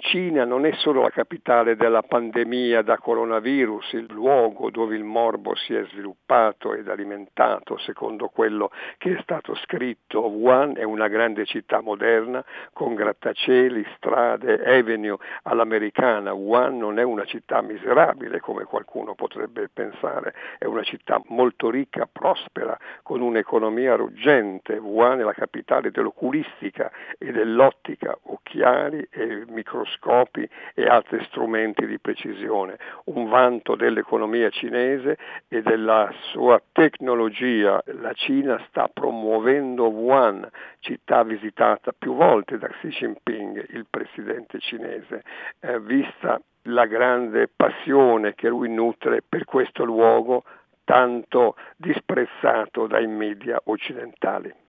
Cina non è solo la capitale della pandemia da coronavirus, il luogo dove il morbo si è sviluppato ed alimentato, secondo quello che è stato scritto. Wuhan è una grande città moderna con grattacieli, strade, avenue all'americana. Wuhan non è una città miserabile come qualcuno potrebbe pensare, è una città molto ricca, prospera, con un'economia ruggente. Wuhan è la capitale dell'oculistica e dell'ottica, occhiali e microscopi e altri strumenti di precisione, un vanto dell'economia cinese e della sua tecnologia. La Cina sta promuovendo Wuhan, città visitata più volte da Xi Jinping, il presidente cinese, vista la grande passione che lui nutre per questo luogo tanto disprezzato dai media occidentali.